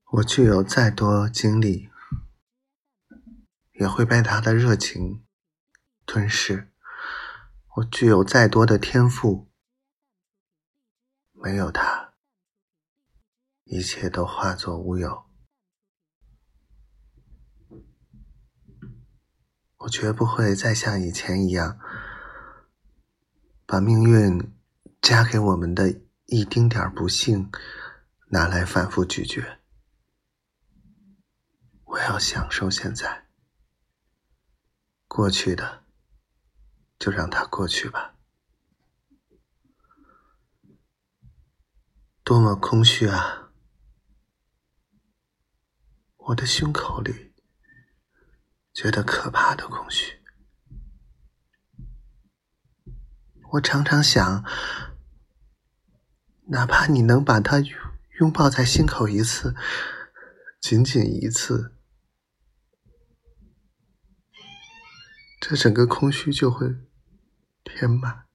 我具有再多经历，也会被他的热情吞噬。我具有再多的天赋，没有他，一切都化作乌有。我绝不会再像以前一样，把命运加给我们的一丁点不幸拿来反复咀嚼。我要享受现在，过去的就让它过去吧。多么空虚啊！我的胸口里觉得可怕的空虚。我常常想，哪怕你能把它拥抱在心口一次，仅仅一次，这整个空虚就会填满。